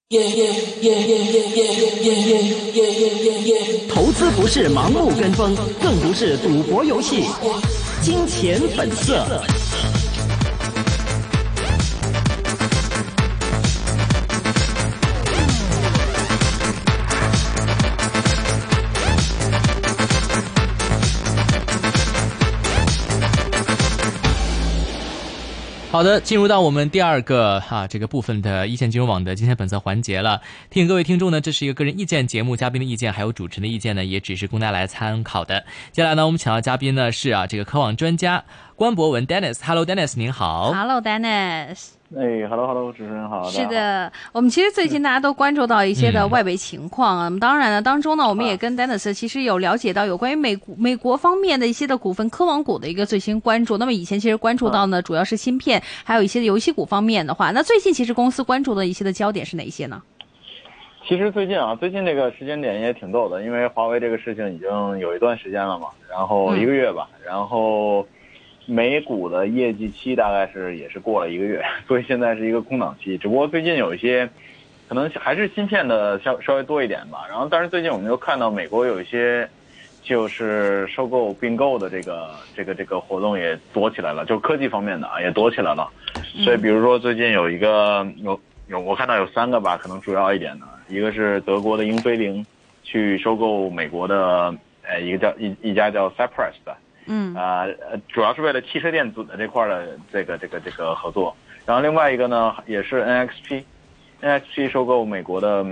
投资不是盲目跟风，更不是赌博游戏。金钱本色。 好的，进入到我们第二个这个部分的一线金融网的金钱本色环节了。提醒各位听众呢，这是一个个人意见节目，嘉宾的意见还有主持人的意见呢，也只是供大家来参考的。接下来呢，我们请到嘉宾呢是这个科网专家关博文 Dennis。Hello Dennis， 您好。 Hello Dennis。 Hello， 主持人好。 是的，我们其实最近大家都关注到一些的外围情况啊。当然呢，当中呢，我们也跟 Dennis 其实有了解到有关于美国方面的一些的股份科网股的一个最新关注。那么以前其实关注到呢，主要是芯片，还有一些的游戏股方面的话，那最近其实公司关注的一些的焦点是哪一些呢？ 其实最近这个时间点也挺逗的，因为华为这个事情已经有一段时间了嘛，然后1个月吧，然后美股的业绩期大概也是过了1个月，所以现在是一个空档期。只不过最近有一些可能还是芯片的稍微多一点吧。然后但是最近我们又看到美国有一些就是收购并购的这个活动也多起来了，就科技方面的也多起来了。所以比如说最近有我看到有3个吧，可能主要一点的，一个是德国的英飞凌去收购美国的一家叫 Cypress 的。主要是为了汽车电子的这块的这个合作。然后另外一个呢，也是 NXP 收购美国的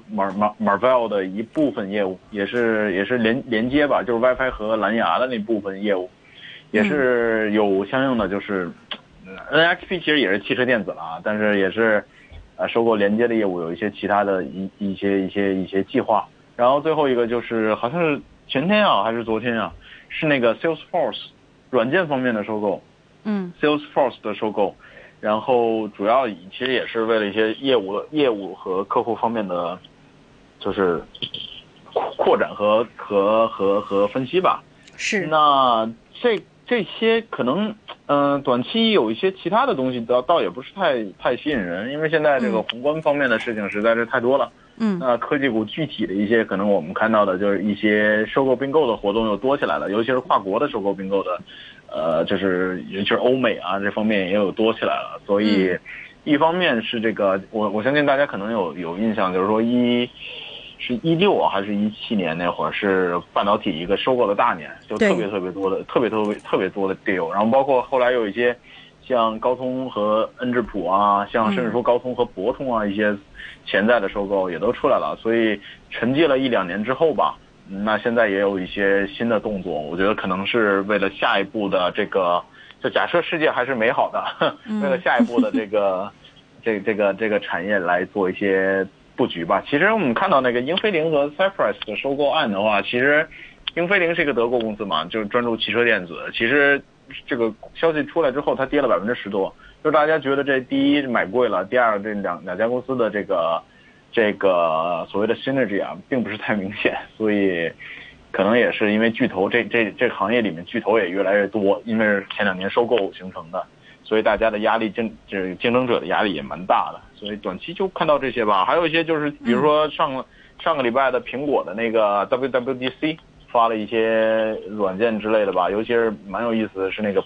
Marvell 的一部分业务，也是连接吧，就是 WiFi 和蓝牙的那部分业务，也是有相应的，就是 NXP 其实也是汽车电子了，但是也是收购连接的业务，有一些其他的一些计划。然后最后一个就是好像是前天还是昨天是那个 Salesforce 软件方面的收购，Salesforce 的收购，然后主要其实也是为了一些业务和客户方面的，就是扩展和分析吧。 是。 那这些可能短期有一些其他的东西倒也不是太吸引人，因为现在这个宏观方面的事情实在是太多了。那科技股具体的一些可能我们看到的就是一些收购并购的活动又多起来了，尤其是跨国的收购并购的，就是尤其是欧美这方面也有多起来了。所以一方面是这个我相信大家可能有印象，就是说是16还是17年那会儿是半导体一个收购的大年，就特别多的特别多的 deal， 然后包括后来有一些像高通和恩智浦像甚至说高通和博通一些潜在的收购也都出来了。所以沉寂了1-2年之后吧，那现在也有一些新的动作，我觉得可能是为了下一步的这个，就假设世界还是美好的，为了下一步的这个产业来做一些布局吧。其实我们看到那个英飞凌和 Cypress 的收购案的话，其实英飞凌是一个德国公司嘛，就是专注汽车电子。其实这个消息出来之后，它跌了10%多，就是大家觉得这第一买贵了，第二这两家公司的这个所谓的 synergy 并不是太明显，所以可能也是因为巨头这个行业里面巨头也越来越多，因为是前2年收购形成的，所以大家的压力竞争者的压力也蛮大的，所以短期就看到这些吧。还有一些就是比如说上个礼拜的苹果的那个 WWDC 发了一些软件之类的吧，尤其是蛮有意思的是那个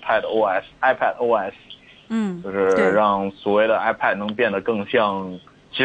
iPad OS， 就是让所谓的 iPad 能变得更像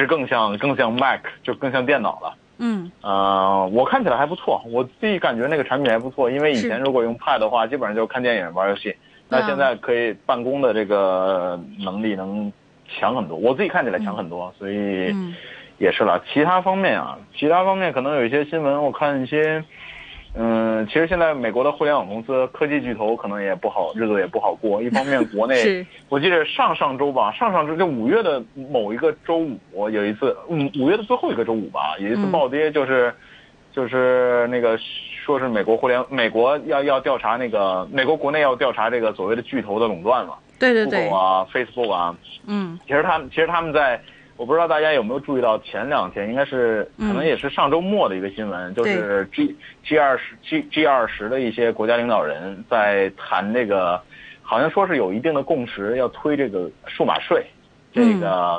Mac， 就更像电脑了。我看起来还不错，我自己感觉那个产品还不错，因为以前如果用 Pad 的话，基本上就是看电影玩游戏，那现在可以办公的这个能力能强很多，我自己看起来强很多，所以也是了。其他方面可能有一些新闻，我看一些其实现在美国的互联网公司科技巨头可能也不好，日子也不好过。一方面国内我记得上周就5月的某一个周五有一次，5月的最后一个周五吧，有一次暴跌，就是那个说是美国要调查那个美国国内要调查这个所谓的巨头的垄断嘛。 对 Google Facebook 其实他们在，我不知道大家有没有注意到，前2天应该是可能也是上周末的一个新闻，就是 G20 的一些国家领导人在谈这个，好像说是有一定的共识，要推这个数码税，这个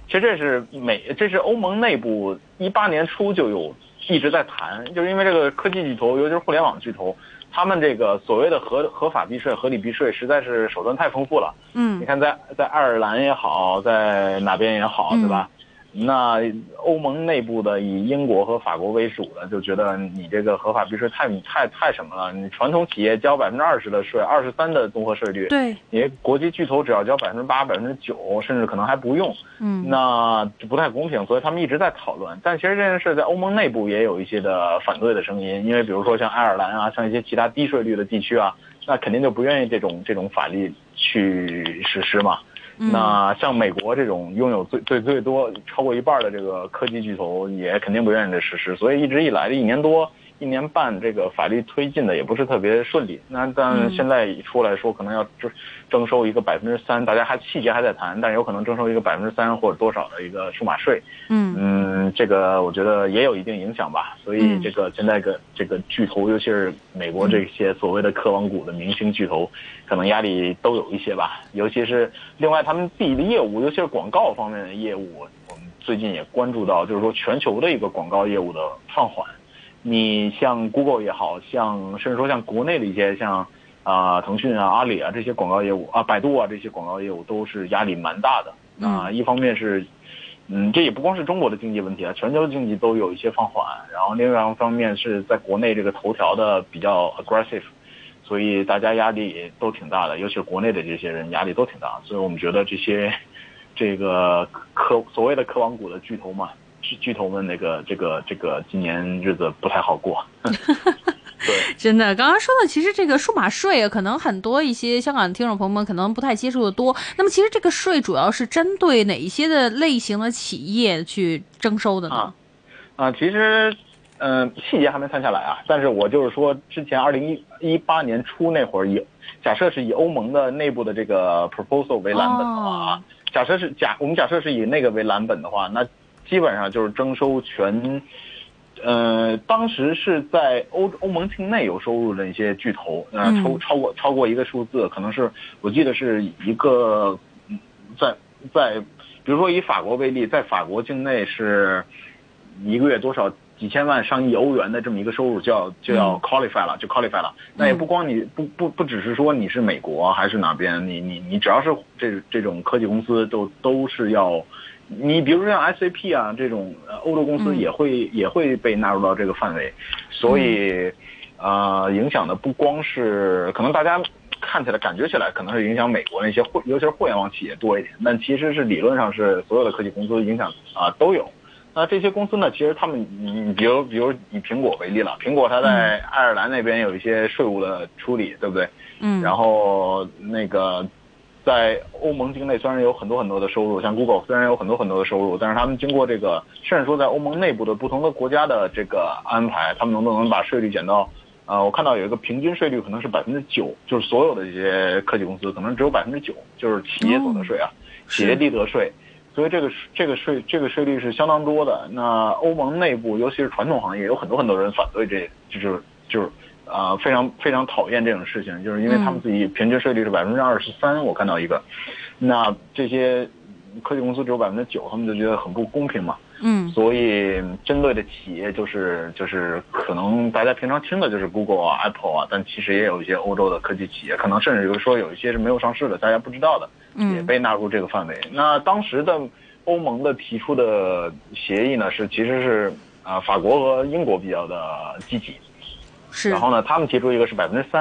其实这是欧盟内部18年初就有一直在谈，就是因为这个科技巨头，尤其是互联网巨头，他们这个所谓的合法避税、合理避税，实在是手段太丰富了。你看在爱尔兰也好，在哪边也好，对吧？那欧盟内部的以英国和法国为主的，就觉得你这个合法避税太什么了。你传统企业交20%的税，23%的综合税率， 对， 你国际巨头只要交8%、9%，甚至可能还不用，那就不太公平。所以他们一直在讨论。但其实这件事在欧盟内部也有一些的反对的声音，因为比如说像爱尔兰啊，像一些其他低税率的地区啊，那肯定就不愿意这种法律去实施嘛。那像美国这种拥有最多超过1半的这个科技巨头，也肯定不愿意这实施，所以一直以来的1年多、1年半，这个法律推进的也不是特别顺利。那但现在出来说，可能要征收一个3%，大家细节还在谈，但有可能征收一个3%或者多少的一个数码税。这个我觉得也有一定影响吧。所以这个现在这个巨头，尤其是美国这些所谓的科网股的明星巨头，可能压力都有一些吧。尤其是另外他们自己的业务，尤其是广告方面的业务，我们最近也关注到，就是说全球的一个广告业务的放缓。你像 Google 也好，甚至说像国内的一些像腾讯啊、阿里啊这些广告业务啊、百度啊这些广告业务都是压力蛮大的。一方面是这也不光是中国的经济问题啊，全球的经济都有一些放缓。然后另外一方面是在国内这个头条的比较 aggressive， 所以大家压力都挺大的，尤其是国内的这些人压力都挺大。所以我们觉得这个所谓的科网股的巨头嘛，巨头们这个今年日子不太好过。对， 真的，刚刚说的，其实这个数码税可能很多一些香港的听众朋友们可能不太接触的多。那么其实这个税主要是针对哪一些的类型的企业去征收的呢？ 其实细节还没谈下来啊，但是我就是说，之前2018年初那会儿，假设是以欧盟的内部的这个 proposal 为蓝本的话，我们假设是以那个为蓝本的话，那基本上就是征收全。当时是在欧盟境内有收入的一些巨头，超过一个数字，可能是我记得是一个在比如说以法国为例，在法国境内是一个月多少几千万上亿欧元的这么一个收入就要 qualify 了，那也不光你不只是说你是美国还是哪边，你只要是这种科技公司都是要。你比如说像 SAP 啊这种欧洲公司也会被纳入到这个范围，所以影响的不光是可能大家看起来感觉起来可能是影响美国那些尤其是互联网企业多一点，但其实是理论上是所有的科技公司影响都有。那这些公司呢，其实他们比如以苹果为例了，苹果它在爱尔兰那边有一些税务的处理，对不对？然后那个。在欧盟境内虽然有很多的收入，像 Google 虽然有很多的收入，但是他们经过这个，甚至说在欧盟内部的不同的国家的这个安排，他们能不能把税率减到，我看到有一个平均税率可能是9%，就是所有的这些科技公司可能只有9%，就是企业所得税企业利得税，所以这个税率是相当多的。那欧盟内部尤其是传统行业有很多人反对就是非常非常讨厌这种事情，就是因为他们自己平均税率是23%，我看到一个，那这些科技公司只有9%，他们就觉得很不公平嘛。所以针对的企业就是可能大家平常听的就是 Google 啊、Apple 啊，但其实也有一些欧洲的科技企业，可能甚至说有一些是没有上市的，大家不知道的，也被纳入这个范围。那当时的欧盟的提出的协议呢，其实是法国和英国比较的积极。然后呢，他们提出一个是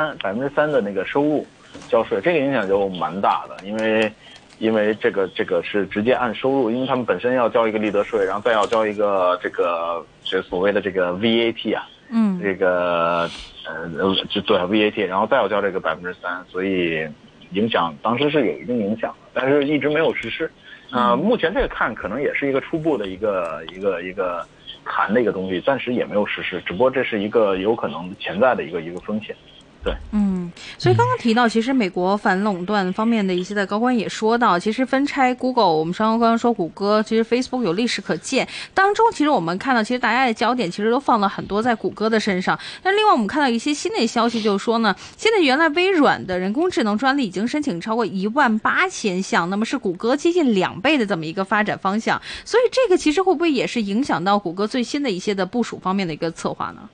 3%的那个收入交税，这个影响就蛮大的，因为这个是直接按收入，因为他们本身要交一个利得税，然后再要交一个这所谓的这个 VAT 啊，这个对 VAT， 然后再要交这个3%，所以影响当时是有一定影响的，但是一直没有实施。目前这个看可能也是一个初步的一个谈的一个东西，暂时也没有实施，只不过这是一个有可能潜在的一个风险。 对， 所以刚刚提到，其实美国反垄断方面的一些的高官也说到，其实分拆 Google， 我们刚刚说谷歌，其实 Facebook 有历史可见。当中，其实我们看到，其实大家的焦点其实都放了很多在谷歌的身上。但另外，我们看到一些新的消息，就是说呢，现在原来微软的人工智能专利已经申请超过18000项，那么是谷歌接近2倍的这么一个发展方向。所以这个其实会不会也是影响到谷歌最新的一些的部署方面的一个策划呢？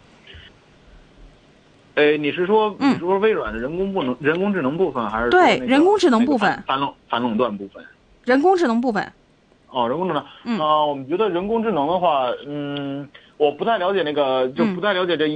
你是说微软的人工智能部分，还是对人工智能部分反垄断部分？ 人工智能部分。 人工智能。我们觉得人工智能的话，我不太了解就不太了解这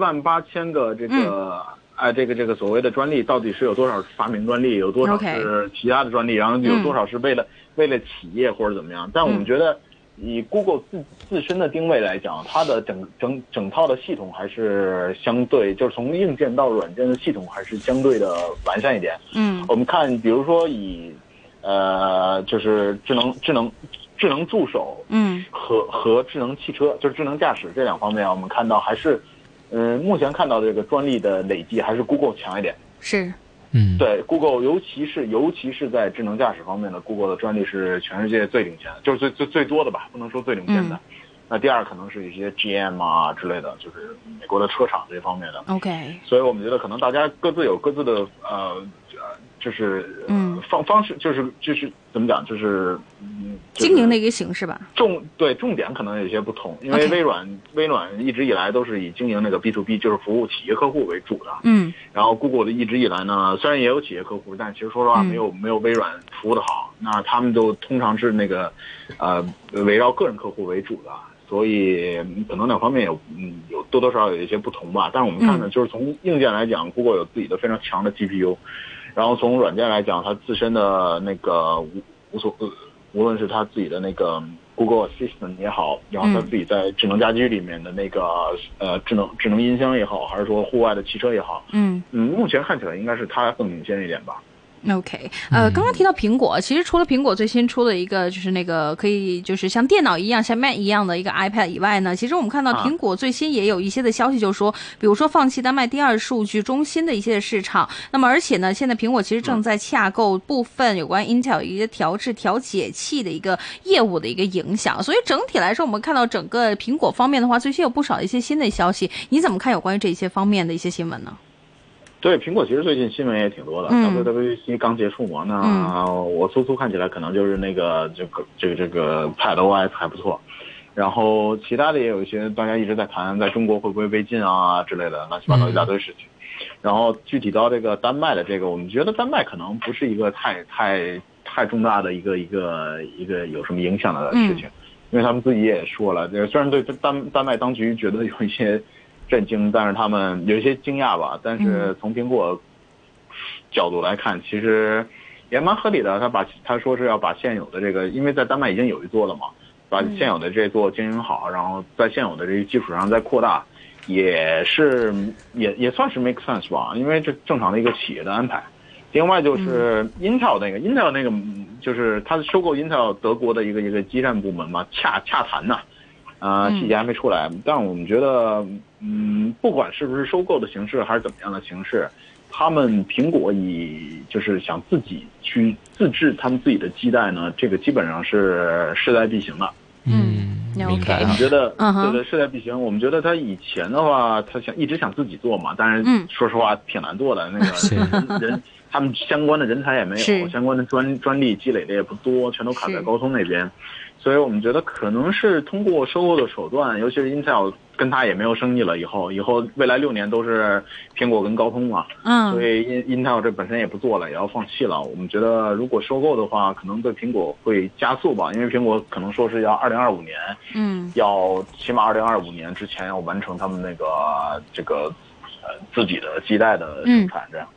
18000个这个这个所谓的专利到底是有多少发明专利，有多少是其他的专利，然后有多少是为了企业或者怎么样？但我们觉得，以 Google 自身的定位来讲，它的整套的系统还是相对，就是从硬件到软件的系统还是相对的完善一点。我们看，比如说以就是智能助手，和智能汽车，就是智能驾驶这两方面，我们看到还是，目前看到这个专利的累计还是 Google 强一点。 是。 对 Google， 尤其是在智能驾驶方面的 Google 的专利是全世界最领先的，就是最多的吧，不能说最领先的。那第二可能是一些 GM 啊之类的，就是美国的车厂这方面的。 OK。 所以我们觉得可能大家各自有各自的就是方式，就是怎么讲，就是经营的一个形式吧。 重点可能有些不同，因为微软一直以来都是以经营那个 B2B， 就是服务企业客户为主的。然后 Google 的一直以来呢，虽然也有企业客户，但其实说实话没有微软服务的好。那他们都通常是那个围绕个人客户为主的。所以可能两方面有多多少少有一些不同吧。但是我们看呢，就是从硬件来讲 ，Google 有自己的非常强的 GPU， 然后从软件来讲，它自身的那个无论是它自己的那个 Google Assistant 也好，然后它自己在智能家居里面的那个智能音箱也好，还是说户外的汽车也好，目前看起来应该是它更领先一点吧。 OK， 刚刚提到苹果，其实除了苹果最新出的一个就是那个可以就是像电脑一样像 Mac 一样的一个 iPad 以外呢，其实我们看到苹果最新也有一些的消息，就是说，比如说放弃丹麦第二数据中心的一些的市场，那么而且呢，现在苹果其实正在洽购部分有关 Intel 一些调解器的一个业务的一个影响，所以整体来说，我们看到整个苹果方面的话，最近有不少的一些新的消息，你怎么看有关于这些方面的一些新闻呢？ 对，苹果其实最近新闻也挺多的。WWDC 刚结束嘛，那我粗看起来可能就是那个这个 PadOS 还不错，然后其他的也有一些大家一直在谈，在中国会不会被禁啊之类的乱七八糟一大堆事情。然后具体到这个丹麦的这个，我们觉得丹麦可能不是一个太重大的一个有什么影响的事情，因为他们自己也说了，虽然对丹麦当局觉得有一些震惊，但是他们有一些惊讶吧。但是从苹果角度来看，其实也蛮合理的。他说是要把现有的这个，因为在丹麦已经有一座了嘛，把现有的这座经营好，然后在现有的这个基础上再扩大，也算是 make sense 吧。因为这正常的一个企业的安排。另外就是 Intel 那个就是他收购 Intel 德国的一个基站部门嘛，洽谈呐。细节还没出来，但我们觉得，不管是不是收购的形式还是怎么样的形式，他们苹果就是想自己去自制他们自己的基带呢，这个基本上是势在必行的。 明白。 我们觉得，对，势在必行。我们觉得他以前的话，他一直想自己做嘛，但是说实话挺难做的。那个人，他们相关的人才也没有，相关的专利积累的也不多，全都卡在高通那边。所以我们觉得可能是通过收购的手段，尤其是 Intel 跟他也没有生意了，以后未来6年都是苹果跟高通嘛，所以 Intel 这本身也不做了，也要放弃了。我们觉得如果收购的话，可能对苹果会加速吧，因为苹果可能说是要2025年，要起码2025年之前要完成他们那个自己的基带的生产，这样。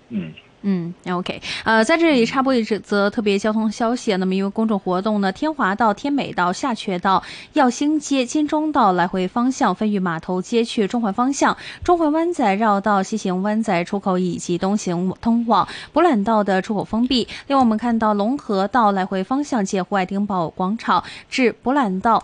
OK， 在这里插播一则特别交通消息。那么因为公众活动呢，天华道、天美道、下阙道、耀兴街、金钟道来回方向分与码头街去中环方向，中环湾仔绕道西行湾仔出口以及东行通往博览道的出口封闭。另外我们看到龙河道来回方向借户外丁堡广场至博览道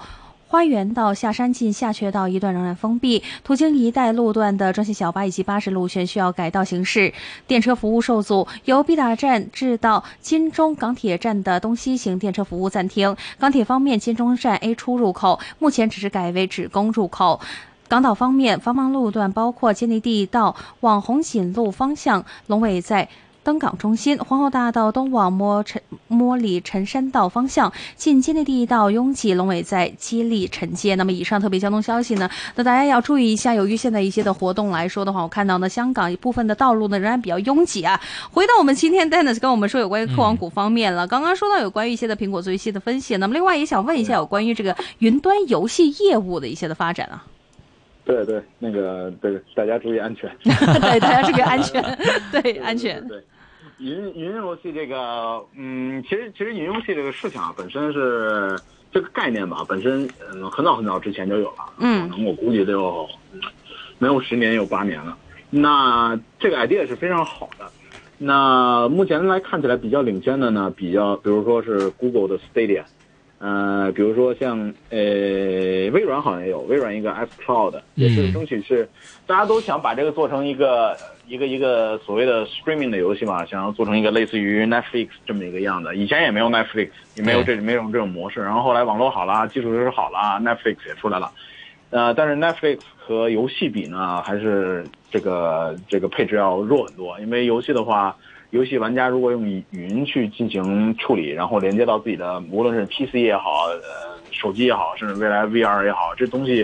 花园到下山进下阙道一段仍然封闭，途经一带路段的专线小巴以及巴士路线需要改道行驶，电车服务受阻，由毕打站至到金钟港铁站的东西行电车服务暂停。港铁方面，金钟站 A 出入口目前只是改为只供入口。港岛方面，繁忙路段包括坚尼地道往红锦路方向，龙尾在登港中心；皇后大道东往摸里陈山道方向，进坚尼地道拥挤，龙尾在基利陈街。那么以上特别交通消息呢，那大家要注意一下。由于现在一些的活动来说的话，我看到呢，香港一部分的道路呢仍然比较拥挤啊。回到我们今天 Dennis 跟我们说有关于科网股方面了，刚刚说到有关于一些的苹果最新的分析，那么另外也想问一下有关于这个云端游戏业务的一些的发展啊。 对，那个对大家注意安全。 对，大家注意安全。对，安全。 对。云游戏这个，其实云游戏这个事情啊，本身是这个概念吧，本身很早之前就有了，可能我估计得有没有10年，有8年了。那这个 idea 是非常好的。那目前来看起来比较领先的呢，比如说是 Google 的 Stadia，比如说像微软好像也有，微软一个 X Cloud 也是争取是大家都想把这个做成一个所谓的 streaming 的游戏嘛，想要做成一个类似于 Netflix 这么一个样子。以前也没有 Netflix， 也没有这种模式，然后后来网络好了，基础设施好了 ，Netflix 也出来了。但是 Netflix 和游戏比呢，还是这个配置要弱很多，因为游戏的话，游戏玩家如果用语音去进行处理，然后连接到自己的无论是 PC 也好，手机也好，甚至未来 VR 也好，这东西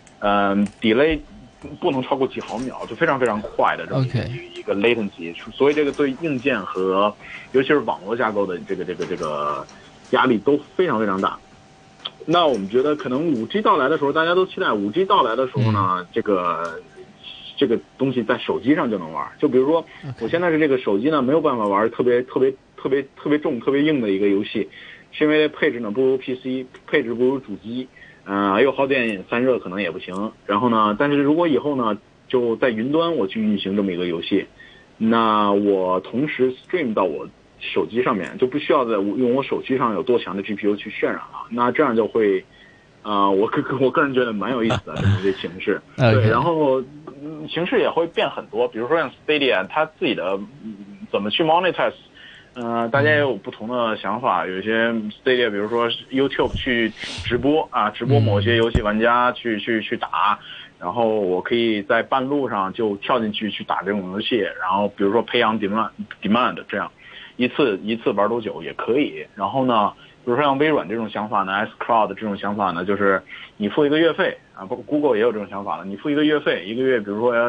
delay 不能超过几毫秒，就非常非常快的这么一个 latency， 所以这个对硬件和尤其是网络架构的这个压力都非常非常大。那我们觉得可能 5G 到来的时候，大家都期待 5G 到来的时候呢，这个东西在手机上就能玩。就比如说我现在是这个手机呢没有办法玩特别重特别硬的一个游戏，是因为配置呢不如 PC， 配置不如主机，又耗电散热可能也不行。然后呢，但是如果以后呢就在云端我去运行这么一个游戏，那我同时 stream 到我手机上面，就不需要再用我手机上有多强的 GPU 去渲染了。那这样就会我个人觉得蛮有意思的这么一个形式。对，然后形式也会变很多，比如说像 Stadia 它自己的怎么去 monetize， 大家也有不同的想法。有一些 Stadia 比如说 YouTube 去直播某些游戏玩家去打，然后我可以在半路上就跳进去打这种游戏，然后比如说 pay on demand 这样一次玩多久也可以。然后呢，比如说像微软这种想法呢 ，S Cloud 这种想法呢，就是你付一个月费啊，包括 Google 也有这种想法了，你付一个月费，一个月比如说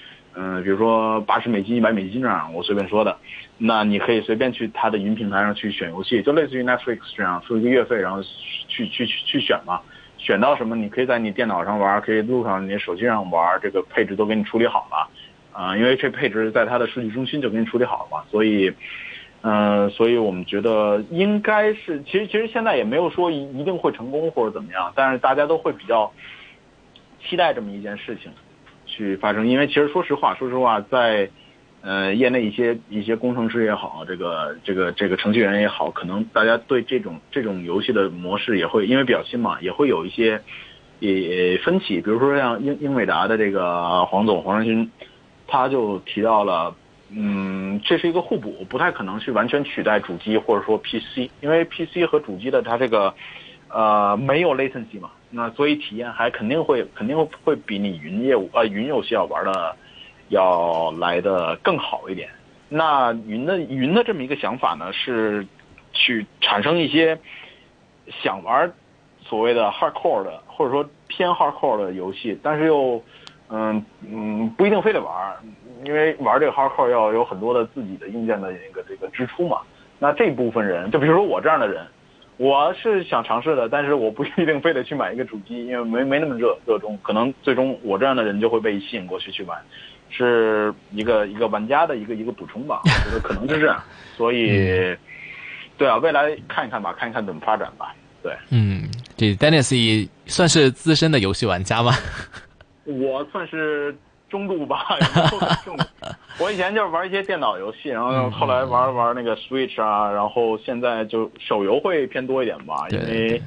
$80、$100这样，我随便说的，那你可以随便去它的云平台上去选游戏，就类似于 Netflix 这样，付一个月费，然后去选嘛，选到什么你可以在你电脑上玩，可以路上你手机上玩，这个配置都给你处理好了因为这配置在它的数据中心就给你处理好了嘛，所以我们觉得应该是，其实现在也没有说一定会成功或者怎么样，但是大家都会比较期待这么一件事情去发生。因为其实说实话，在业内一些工程师也好，这个程序员也好，可能大家对这种游戏的模式也会因为比较新嘛，也会有一些分歧。比如说像英伟达的这个黄仁勋，他就提到了。这是一个互补，不太可能去完全取代主机或者说 PC， 因为 PC 和主机的它这个没有 latency 嘛，那所以体验还肯定会比你云游戏要来的更好一点。那云的这么一个想法呢，是去产生一些想玩所谓的 hardcore 的或者说偏 hardcore 的游戏，但是又不一定非得玩，因为玩这个 hardcore 要有很多的自己的硬件的这个支出嘛。那这部分人，就比如说我这样的人，我是想尝试的，但是我不一定非得去买一个主机，因为没那么热衷，可能最终我这样的人就会被吸引过去买，是一个玩家的一个补充吧，我觉得可能是这样。所以，对啊，未来看一看吧，看一看怎么发展吧。对， 这 Dennis 也算是资深的游戏玩家吗？ 我算是中度吧，我以前就是玩一些电脑游戏，然后后来玩那个 Switch 然后现在就手游会偏多一点吧，因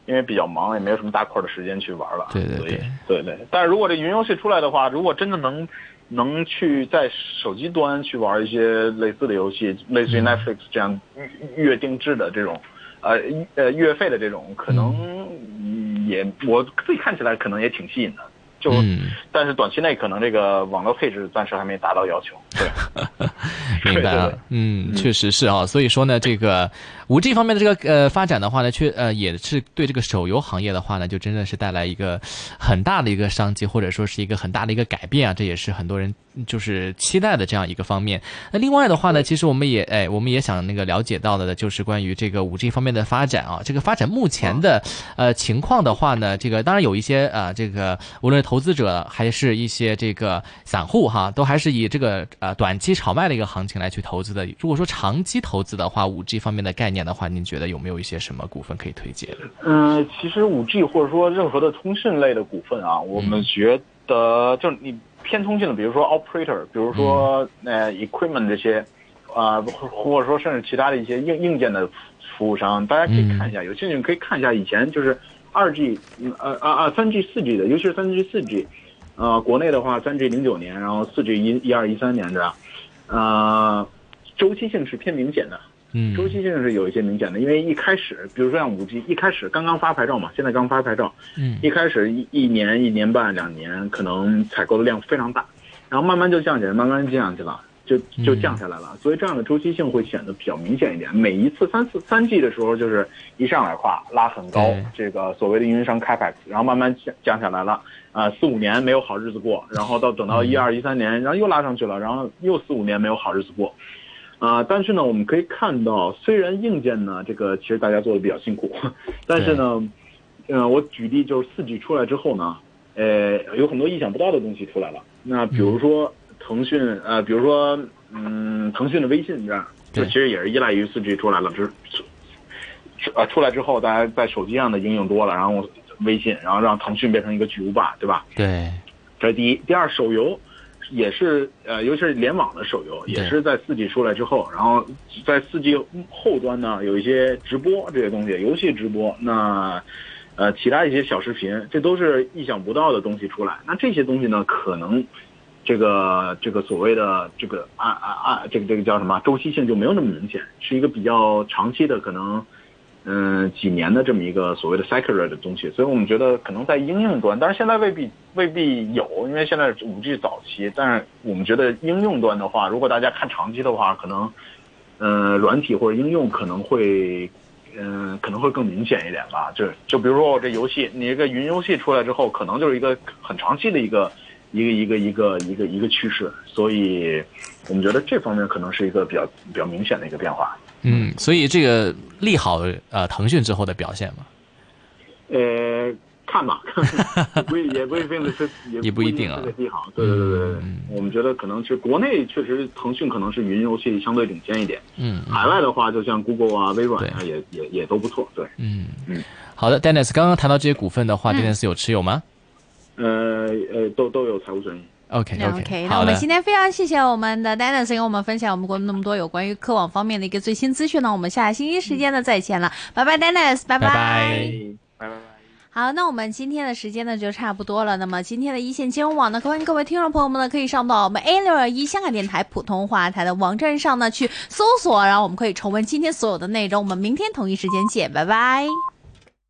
因为比较忙，也没有什么大块的时间去玩了。 对。 但是如果这云游戏出来的话，如果真的能去在手机端去玩一些类似的游戏，类似于 Netflix 这样月定制的这种，月费的这种，可能我自己看起来可能也挺吸引的。但是短期内可能这个网络配置暂时还没达到要求。对， 明白了。确实是啊。所以说呢，这个5G 方面的这个发展的话呢，也是对这个手游行业的话呢，就真的是带来一个很大的一个商机，或者说是一个很大的一个改变啊。这也是很多人就是期待的这样一个方面。那另外的话呢，其实我们也想了解到的就是关于这个5G 方面的发展啊。这个发展目前的情况的话呢，这个当然有一些这个无论是投资者还是一些这个散户哈，都还是以这个短期炒卖的一个行情来去投资的。如果说长期投资的话，5G 方面的概念的话，您觉得有没有一些什么股份可以推荐的？ 其实5G 或者说任何的通讯类的股份啊，我们觉得就是你偏通讯的，比如说 operator， 比如说equipment 这些，或者说甚至其他的一些硬件的服务商，大家可以看一下，有兴趣可以看一下以前就是2G、3G、4G 的，尤其是3G、4G，国内的话3G 09年，然后4G 12、13年这样，周期性是偏明显的。周期性是有一些明显的，因为一开始，比如说像5G，一开始刚刚发牌照嘛，现在刚发牌照，一开始一年、1年半、2年，可能采购的量非常大，然后慢慢就降起来，慢慢降去了，就降下来了，所以这样的周期性会显得比较明显一点。每一次3G 的时候，就是一上来拉很高，这个所谓的运营商 capex， 然后慢慢降下来了，4、5年没有好日子过，然后等到12、13年，然后又拉上去了，然后又4、5年没有好日子过。但是呢，我们可以看到，虽然硬件呢，这个其实大家做的比较辛苦，但是呢，我举例就是4G 出来之后呢，有很多意想不到的东西出来了。那比如说腾讯，腾讯的微信这样，就其实也是依赖于4G 出来了，出来之后，大家在手机上的应用多了，然后微信，然后让腾讯变成一个巨无霸，对吧？ 对， 这是第一。第二，手游。也是尤其是联网的手游，也是在4G 出来之后，然后在4G 后端呢，有一些直播这些东西，游戏直播，那其他一些小视频，这都是意想不到的东西出来。那这些东西呢，可能这个所谓的这个这个叫什么周期性就没有那么明显，是一个比较长期的可能。几年的这么一个所谓的 secular 的东西，所以我们觉得可能在应用端，当然现在未必有，因为现在5G 早期，但是我们觉得应用端的话，如果大家看长期的话，可能软体或者应用可能会更明显一点吧。就比如说我这游戏，你这个云游戏出来之后，可能就是一个很长期的一个趋势，所以我们觉得这方面可能是一个比较明显的一个变化。 所以这个利好腾讯之后的表现嘛？ 看吧，也不一定是， 也不一定啊。 利好，对，我们觉得可能是国内确实腾讯可能是云游戏相对领先一点，海外的话就像 Google 啊、微软啊也都不错，对， 好的 ，Dennis， 刚刚谈到这些股份的话，Dennis 有持有吗？ 都有财务损益。 OK， 那我们今天非常谢谢我们的 Dennis 跟我们分享我们那么多有关于科网方面的一个最新资讯呢。我们下星期时间呢再见了，拜拜 Dennis， 拜拜。好，那我们今天的时间呢就差不多了。那么今天的一线金融网呢，欢迎各位听众朋友们呢可以上到我们 A621 香港电台普通话台的网站上呢去搜索，然后我们可以重温今天所有的内容。我们明天同一时间见，拜拜。